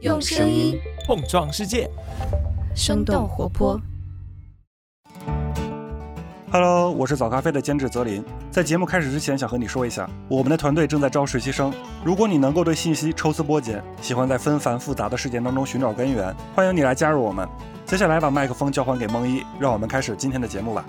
用声音碰撞世界， 生动活泼。 Hello， 我是早咖啡的监制泽林。在节目开始之前，想和你说一下，我们的团队正在招实习生。如果你能够对信息抽丝剥茧，喜欢在纷繁复杂的事件当中寻找根源，欢迎你来加入我们。接下来把麦克风交还给梦一，让我们开始今天的节目吧。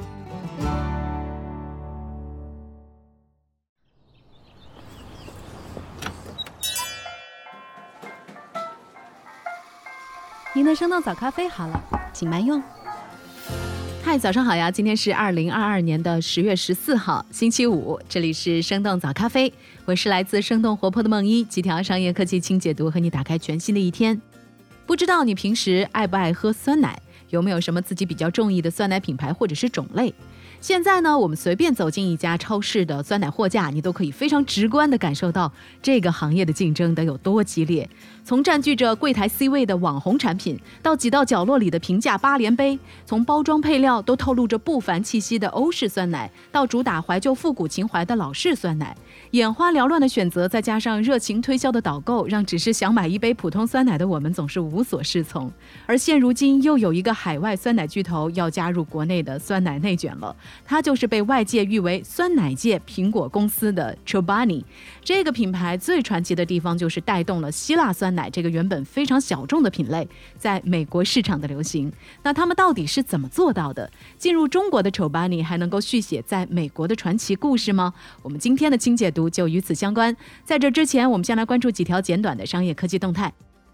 您的生动早咖啡好了，请慢用。嗨，早上好呀！今天是2022年的10月14号，星期五，这里是生动早咖啡，我是来自生动活泼的梦一，几条商业科技轻解读，和你打开全新的一天。不知道你平时爱不爱喝酸奶，有没有什么自己比较中意的酸奶品牌或者是种类？现在呢，我们随便走进一家超市的酸奶货架，你都可以非常直观地感受到这个行业的竞争得有多激烈。从占据着柜台 C 位的网红产品，到挤到角落里的平价8连杯，从包装配料都透露着不凡气息的欧式酸奶，到主打怀旧复古情怀的老式酸奶，眼花缭乱的选择，再加上热情推销的导购，让只是想买一杯普通酸奶的我们总是无所适从。而现如今又有一个海外酸奶巨头要加入国内的酸奶内卷了，它就是被外界誉为酸奶界苹果公司的 Chobani。 这个品牌最传奇的地方就是带动了希腊酸奶这个原本非常小众的品类在美国市场的流行。那他们到底是怎么做到的？进入中国的 Chobani 还能够续写在美国的传奇故事吗？我们今天的轻解读就与此相关。在这之前，我们先来关注几条简短的商业科技动态。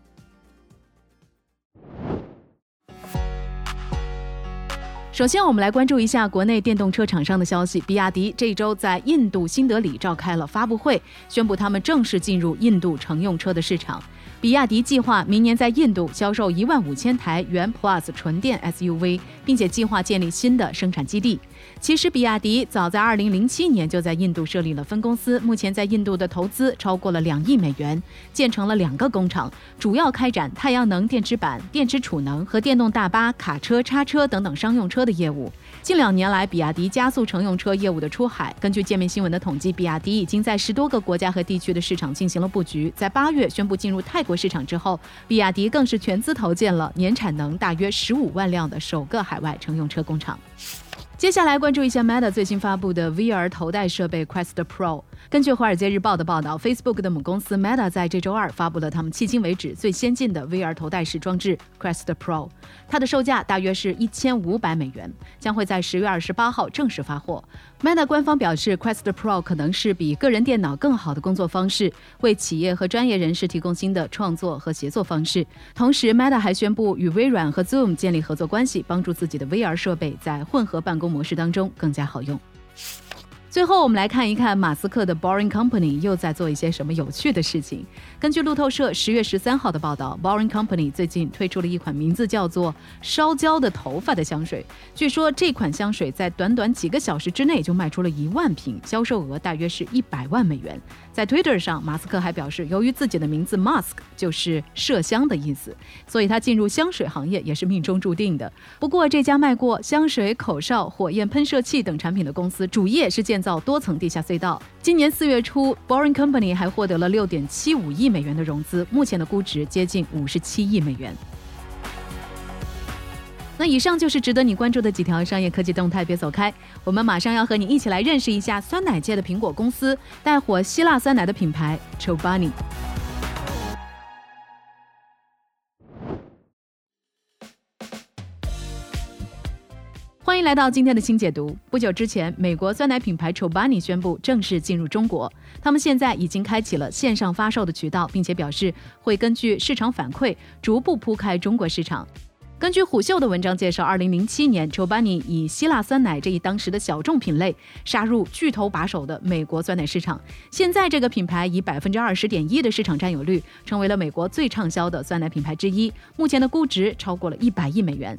首先，我们来关注一下国内电动车厂商的消息。比亚迪这一周在印度新德里召开了发布会，宣布他们正式进入印度乘用车的市场。比亚迪计划明年在印度销售15000台元 Plus 纯电 SUV， 并且计划建立新的生产基地。其实比亚迪早在2007年就在印度设立了分公司，目前在印度的投资超过了2亿美元，建成了2个工厂，主要开展太阳能电池板、电池储能和电动大巴、卡车、叉车等等商用车的业务。近2年来，比亚迪加速乘用车业务的出海。根据界面新闻的统计，比亚迪已经在10多个国家和地区的市场进行了布局。在8月宣布进入泰国市场之后，比亚迪更是全资投建了年产能大约15万辆的首个海外乘用车工厂。接下来关注一下 Meta 最新发布的 VR 头戴设备 Quest Pro。 根据《华尔街日报》的报道， Facebook 的母公司 Meta 在这周二发布了他们迄今为止最先进的 VR 头戴式装置 Quest Pro， 它的售价大约是1500美元，将会在10月28号正式发货。 Meta 官方表示， Quest Pro 可能是比个人电脑更好的工作方式，为企业和专业人士提供新的创作和协作方式。同时 Meta 还宣布与微软和 Zoom 建立合作关系，帮助自己的 VR 设备在混合办公模式当中更加好用。最后我们来看一看马斯克的 Boring Company 又在做一些什么有趣的事情。根据路透社10月13号的报道， Boring Company 最近推出了一款名字叫做烧焦的头发的香水。据说这款香水在短短几个小时之内就卖出了1万瓶，销售额大约是100万美元。在 Twitter 上，马斯克还表示，由于自己的名字 Musk 就是麝香的意思，所以他进入香水行业也是命中注定的。不过这家卖过香水、口哨、火焰喷射器等产品的公司，主业是建造多层地下隧道。今年4月初 Boring Company 还获得了6.75亿美元的融资，目前的估值接近57亿美元。那以上就是值得你关注的几条商业科技动态，别走开，我们马上要和你一起来认识一下酸奶界的苹果公司，带火希腊酸奶的品牌 Chobani。欢迎来到今天的轻解读。不久之前，美国酸奶品牌 Chobani 宣布正式进入中国，他们现在已经开启了线上发售的渠道，并且表示会根据市场反馈逐步铺开中国市场。根据虎嗅的文章介绍，2007年 Chobani 以希腊酸奶这一当时的小众品类杀入巨头把手的美国酸奶市场。现在这个品牌以 20.1% 的市场占有率，成为了美国最畅销的酸奶品牌之一，目前的估值超过了100亿美元。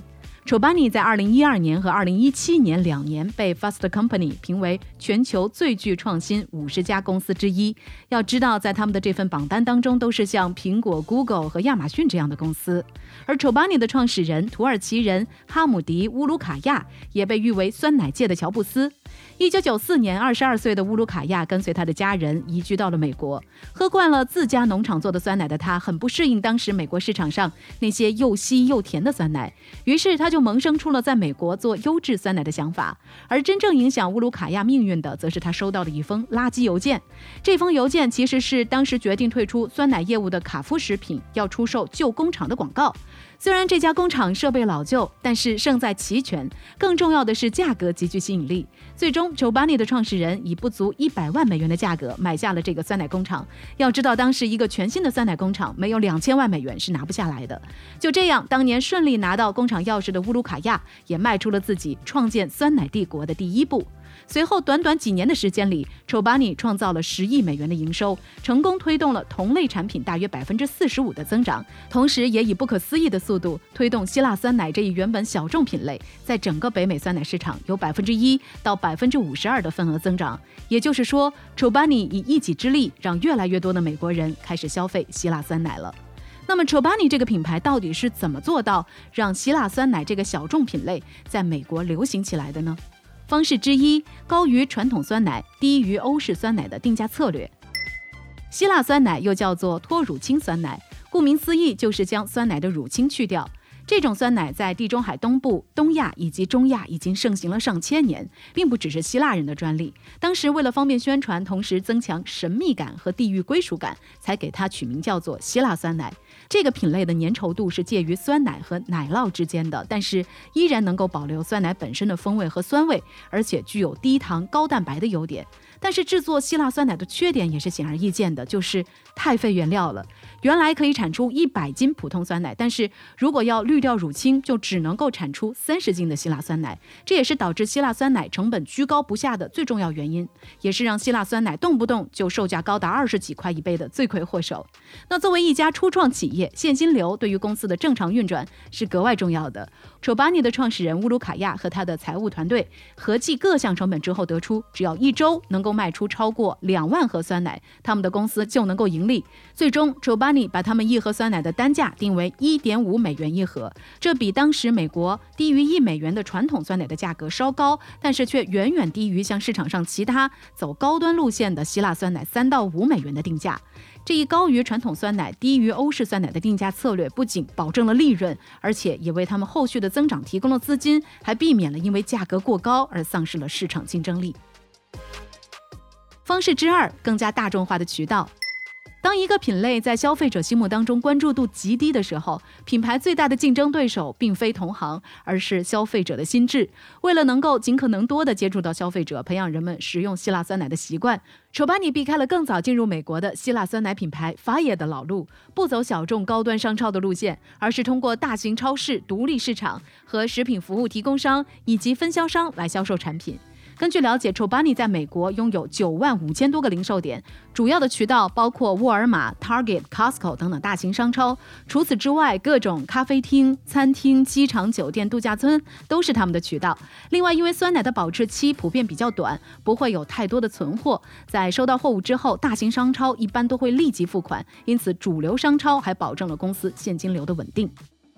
Chobani 在2012年和2017年2年被 Fast Company 评为全球最具创新50家公司之一。要知道，在他们的这份榜单当中，都是像苹果、Google 和亚马逊这样的公司。而 Chobani 的创始人土耳其人哈姆迪·乌鲁卡亚也被誉为酸奶界的乔布斯。1994年，22岁的乌鲁卡亚跟随他的家人移居到了美国。喝惯了自家农场做的酸奶的他，很不适应当时美国市场上那些又稀又甜的酸奶，于是他就萌生出了在美国做优质酸奶的想法。而真正影响乌鲁卡亚命运的，则是他收到的一封垃圾邮件。这封邮件其实是当时决定退出酸奶业务的卡夫食品要出售旧工厂的广告。虽然这家工厂设备老旧，但是胜在齐全，更重要的是价格极具吸引力。最终 Chobani 的创始人以不足100万美元的价格买下了这个酸奶工厂。要知道，当时一个全新的酸奶工厂没有2000万美元是拿不下来的。就这样，当年顺利拿到工厂钥匙的乌鲁卡亚也迈出了自己创建酸奶帝国的第一步。随后短短几年的时间里， Chobani 创造了10亿美元的营收，成功推动了同类产品大约45%的增长，同时也以不可思议的速度推动希腊酸奶这一原本小众品类在整个北美酸奶市场由1%到52%的份额增长。也就是说， Chobani 以一己之力让越来越多的美国人开始消费希腊酸奶了。那么 Chobani 这个品牌到底是怎么做到让希腊酸奶这个小众品类在美国流行起来的呢？方式之一，高于传统酸奶、低于欧式酸奶的定价策略。希腊酸奶又叫做脱乳清酸奶，顾名思义就是将酸奶的乳清去掉。这种酸奶在地中海东部、东亚以及中亚已经盛行了上千年，并不只是希腊人的专利。当时为了方便宣传，同时增强神秘感和地域归属感，才给它取名叫做希腊酸奶。这个品类的粘稠度是介于酸奶和奶酪之间的，但是依然能够保留酸奶本身的风味和酸味，而且具有低糖高蛋白的优点。但是制作希腊酸奶的缺点也是显而易见的，就是太费原料了。原来可以产出100斤普通酸奶，但是如果要滤掉乳清，就只能够产出30斤的希腊酸奶。这也是导致希腊酸奶成本居高不下的最重要原因，也是让希腊酸奶动不动就售价高达20几块一杯的罪魁祸首。那作为一家初创企业，现金流对于公司的正常运转是格外重要的。Chobani 的创始人乌鲁卡亚和他的财务团队合计各项成本之后得出，只要1周能够卖出超过2万盒酸奶，他们的公司就能够盈利。最终 Chobani 把他们1盒酸奶的单价定为1.5美元一盒，这比当时美国低于1美元的传统酸奶的价格稍高，但是却远远低于像市场上其他走高端路线的希腊酸奶3到5美元的定价。这一高于传统酸奶、低于欧式酸奶的定价策略，不仅保证了利润，而且也为他们后续的增长提供了资金，还避免了因为价格过高而丧失了市场竞争力。方式之二，更加大众化的渠道。当一个品类在消费者心目当中关注度极低的时候，品牌最大的竞争对手并非同行，而是消费者的心智。为了能够尽可能多的接触到消费者，培养人们食用希腊酸奶的习惯， Chobani 避开了更早进入美国的希腊酸奶品牌 Faya 的老路，不走小众高端商超的路线，而是通过大型超市、独立市场和食品服务提供商以及分销商来销售产品。根据了解， Chobani 在美国拥有95000多个零售点，主要的渠道包括沃尔玛、Target、Costco 等等大型商超。除此之外，各种咖啡厅、餐厅、机场、酒店、度假村都是他们的渠道。另外，因为酸奶的保质期普遍比较短，不会有太多的存货，在收到货物之后，大型商超一般都会立即付款，因此主流商超还保证了公司现金流的稳定。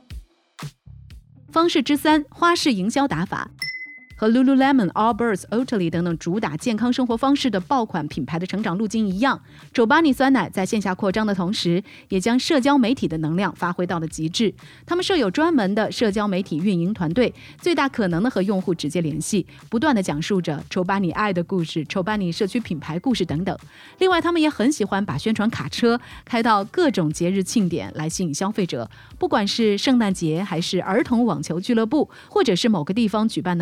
方式之三，花式营销打法。和 Lululemon、Allbirds、Oatly 等等主打健康生活方式的爆款品牌的成长路径一样， Chobani 酸奶在线下扩张的同时，也将社交媒体的能量发挥到了极致。他们设有专门的社交媒体运营团队，最大可能的和用户直接联系，不断的讲述着 Chobani 爱的故事、Chobani 社区品牌故事等等。另外，他们也很喜欢把宣传卡车开到各种节日庆典来吸引消费者，不管是圣诞节还是儿童网球俱乐部，或者是某个地方举办的马拉松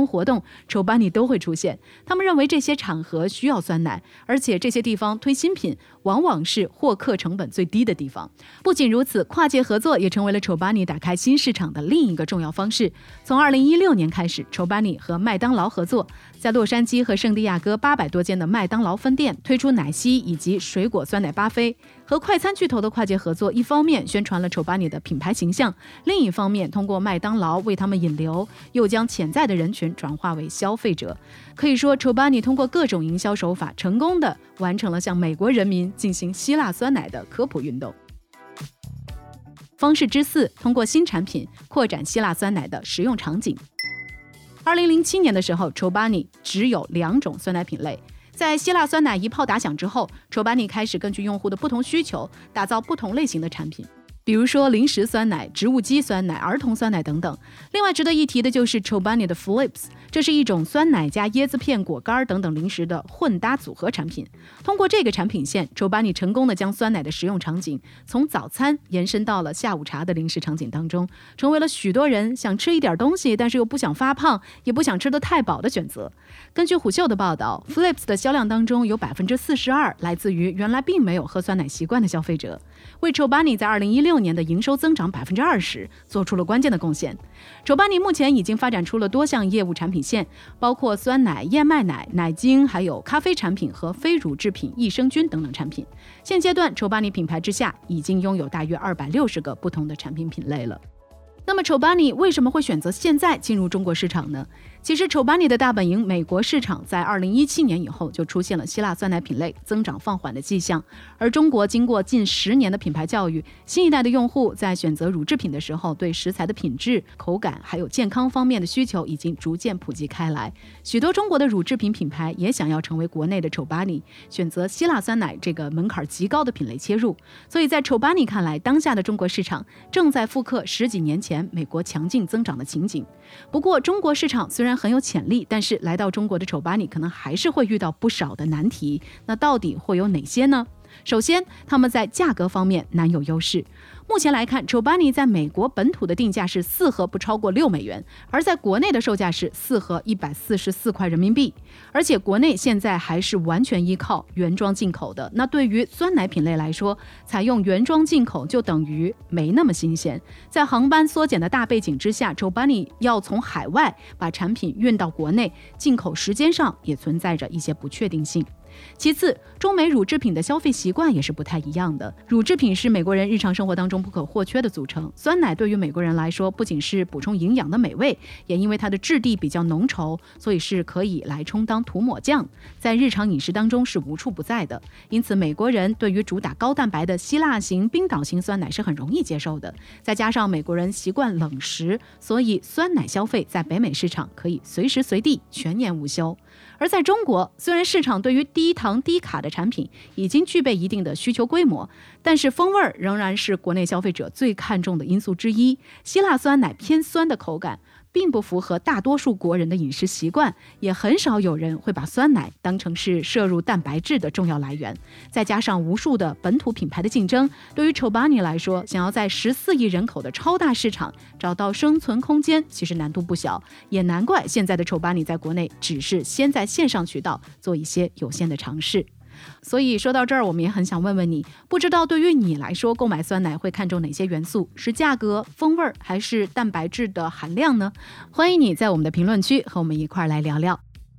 通活动，Chobani 都会出现。他们认为这些场合需要酸奶，而且这些地方推新品往往是获客成本最低的地方。不仅如此，跨界合作也成为了 Chobani 打开新市场的另一个重要方式。从2016年开始， Chobani 和麦当劳合作，在洛杉矶和圣地亚哥800多间的麦当劳分店推出奶昔以及水果酸奶巴菲。和快餐巨头的跨界合作，一方面宣传了 Chobani 的品牌形象，另一方面通过麦当劳为他们引流，又将潜在的人群转化为消费者。可以说 Chobani 通过各种营销手法，成功地完成了向美国人民进行希腊酸奶的科普运动。方式之4，通过新产品扩展希腊酸奶的食用场景。2007年的时候， Chobani 只有2种酸奶品类。在希腊酸奶一炮打响之后， Chobani 开始根据用户的不同需求，打造不同类型的产品，比如说零食酸奶、植物基酸奶、儿童酸奶等等。另外值得一提的就是 Chobani 的 Flips， 这是一种酸奶加椰子片、果干等等零食的混搭组合产品。通过这个产品线， Chobani 成功的将酸奶的食用场景从早餐延伸到了下午茶的零食场景当中，成为了许多人想吃一点东西，但是又不想发胖，也不想吃得太饱的选择。根据虎嗅的报道， Flips 的销量当中有 42% 来自于原来并没有喝酸奶习惯的消费者，为 Chobani 在2016年的营收增长 20% 做出了关键的贡献。 Chobani 目前已经发展出了多项业务产品线，包括酸奶、燕麦奶、奶精，还有咖啡产品和非乳制品、益生菌等等产品。现阶段 Chobani 品牌之下已经拥有大约260个不同的产品品类了。那么 Chobani 为什么会选择现在进入中国市场呢？其实 Chobani 的大本营美国市场在2017年以后就出现了希腊酸奶品类增长放缓的迹象，而中国经过近10年的品牌教育，新一代的用户在选择乳制品的时候，对食材的品质、口感还有健康方面的需求已经逐渐普及开来。许多中国的乳制品品牌也想要成为国内的 Chobani， 选择希腊酸奶这个门槛极高的品类切入。所以在 Chobani 看来，当下的中国市场正在复刻10几年前美国强劲增长的情景。不过中国市场虽然很有潜力，但是来到中国的 Chobani 可能还是会遇到不少的难题。那到底会有哪些呢？首先，他们在价格方面难有优势。目前来看， Chobani 在美国本土的定价是4盒不超过6美元，而在国内的售价是4盒144块人民币。而且国内现在还是完全依靠原装进口的，那对于酸奶品类来说，采用原装进口就等于没那么新鲜。在航班缩减的大背景之下， Chobani 要从海外把产品运到国内，进口时间上也存在着一些不确定性。其次，中美乳制品的消费习惯也是不太一样的。乳制品是美国人日常生活当中不可或缺的组成，酸奶对于美国人来说，不仅是补充营养的美味，也因为它的质地比较浓稠，所以是可以来充当涂抹酱，在日常饮食当中是无处不在的。因此美国人对于主打高蛋白的希腊型、冰岛型酸奶是很容易接受的。再加上美国人习惯冷食，所以酸奶消费在北美市场可以随时随地全年无休。而在中国，虽然市场对于低糖低卡的产品已经具备一定的需求规模，但是风味仍然是国内消费者最看重的因素之一。希腊酸奶偏酸的口感并不符合大多数国人的饮食习惯，也很少有人会把酸奶当成是摄入蛋白质的重要来源。再加上无数的本土品牌的竞争，对于 Chobani 来说，想要在14亿人口的超大市场找到生存空间，其实难度不小。也难怪现在的 Chobani 在国内只是先在线上渠道做一些有限的尝试。所以说到这儿，我们也很想问问你，不知道对于你来说，购买酸奶会看重哪些元素？是价格、风味还是蛋白质的含量呢？欢迎你在我们的评论区和我们一块来聊聊。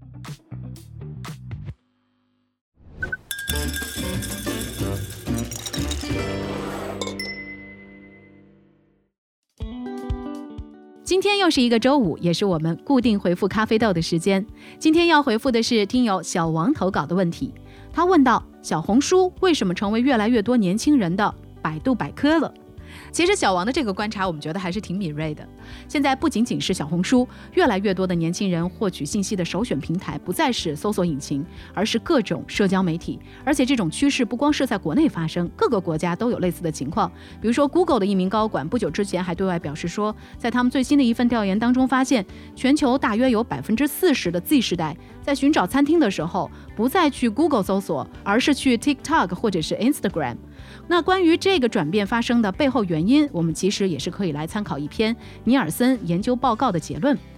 今天又是一个周五，也是我们固定回复咖啡豆的时间。今天要回复的是听友小王投稿的问题。他问到，小红书为什么成为越来越多年轻人的百度百科了？其实小王的这个观察我们觉得还是挺敏锐的。现在不仅仅是小红书，越来越多的年轻人获取信息的首选平台不再是搜索引擎，而是各种社交媒体。而且这种趋势不光是在国内发生，各个国家都有类似的情况。比如说 Google 的一名高管不久之前还对外表示说，在他们最新的一份调研当中发现，全球大约有 40% 的 Z 世代在寻找餐厅的时候不再去 Google 搜索，而是去 TikTok 或者是 Instagram。那关于这个转变发生的背后原因，我们其实也是可以来参考一篇尼尔森研究报告的结论。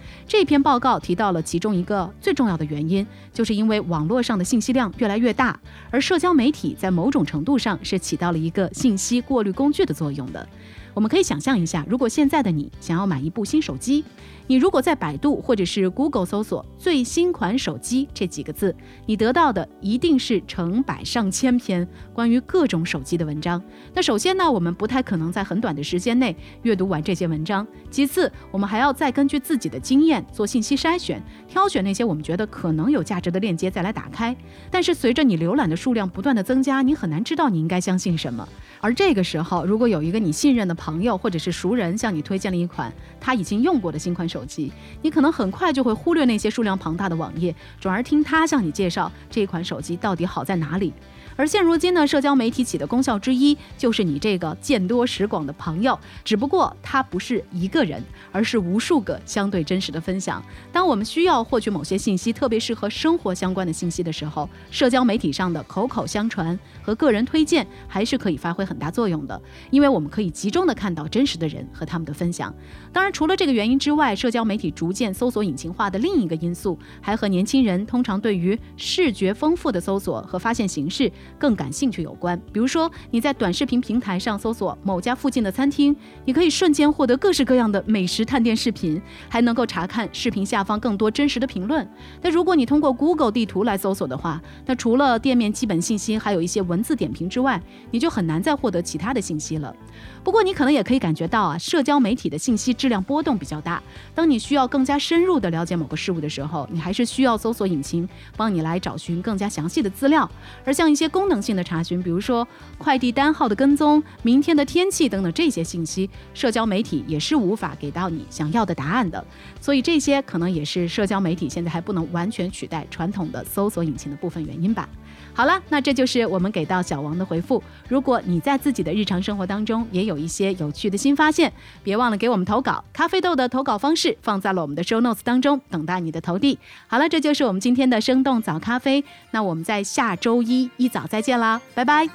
这篇报告提到了其中一个最重要的原因，就是因为网络上的信息量越来越大，而社交媒体在某种程度上是起到了一个信息过滤工具的作用的。我们可以想象一下，如果现在的你想要买一部新手机，你如果在百度或者是 Google 搜索最新款手机这几个字，你得到的一定是成百上千篇关于各种手机的文章。那首先呢，我们不太可能在很短的时间内阅读完这些文章，其次我们还要再根据自己的经验做信息筛选，挑选那些我们觉得可能有价值的链接再来打开。但是随着你浏览的数量不断的增加，你很难知道你应该相信什么。而这个时候，如果有一个你信任的朋友或者是熟人向你推荐了一款他已经用过的新款手机，你可能很快就会忽略那些数量庞大的网页，转而听他向你介绍这款手机到底好在哪里。而现如今呢，社交媒体起的功效之一就是你这个见多识广的朋友，只不过他不是一个人，而是无数个相对真实的分享。当我们需要获取某些信息，特别是和生活相关的信息的时候，社交媒体上的口口相传和个人推荐还是可以发挥很大作用的，因为我们可以集中的看到真实的人和他们的分享。当然，除了这个原因之外，社交媒体逐渐搜索引擎化的另一个因素，还和年轻人通常对于视觉丰富的搜索和发现形式更感兴趣有关。比如说，你在短视频平台上搜索某家附近的餐厅，你可以瞬间获得各式各样的美食探店视频，还能够查看视频下方更多真实的评论。但如果你通过 Google 地图来搜索的话，那除了店面基本信息，还有一些文字点评之外，你就很难再获得其他的信息了。不过你可能也可以感觉到社交媒体的信息质量波动比较大。当你需要更加深入的了解某个事物的时候，你还是需要搜索引擎帮你来找寻更加详细的资料。而像一些功能性的查询，比如说快递单号的跟踪、明天的天气等等这些信息，社交媒体也是无法给到你想要的答案的。所以这些可能也是社交媒体现在还不能完全取代传统的搜索引擎的部分原因吧。好了，那这就是我们给到小王的回复。如果你在自己的日常生活当中也有一些有趣的新发现，别忘了给我们投稿。咖啡豆的投稿方式放在了我们的 show notes 当中，等待你的投递。好了，这就是我们今天的生动早咖啡。那我们在下周一早再见啦，拜拜。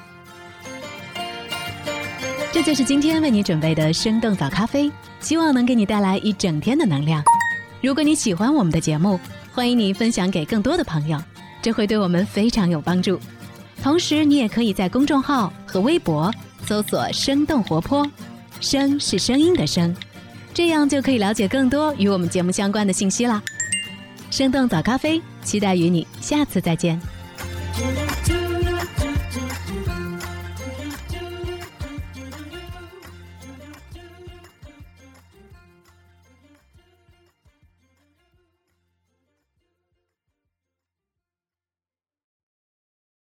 这就是今天为你准备的生动早咖啡，希望能给你带来一整天的能量。如果你喜欢我们的节目，欢迎你分享给更多的朋友，这会对我们非常有帮助。同时你也可以在公众号和微博搜索生动活泼，声是声音的声，这样就可以了解更多与我们节目相关的信息啦。生动早咖啡，期待与你下次再见。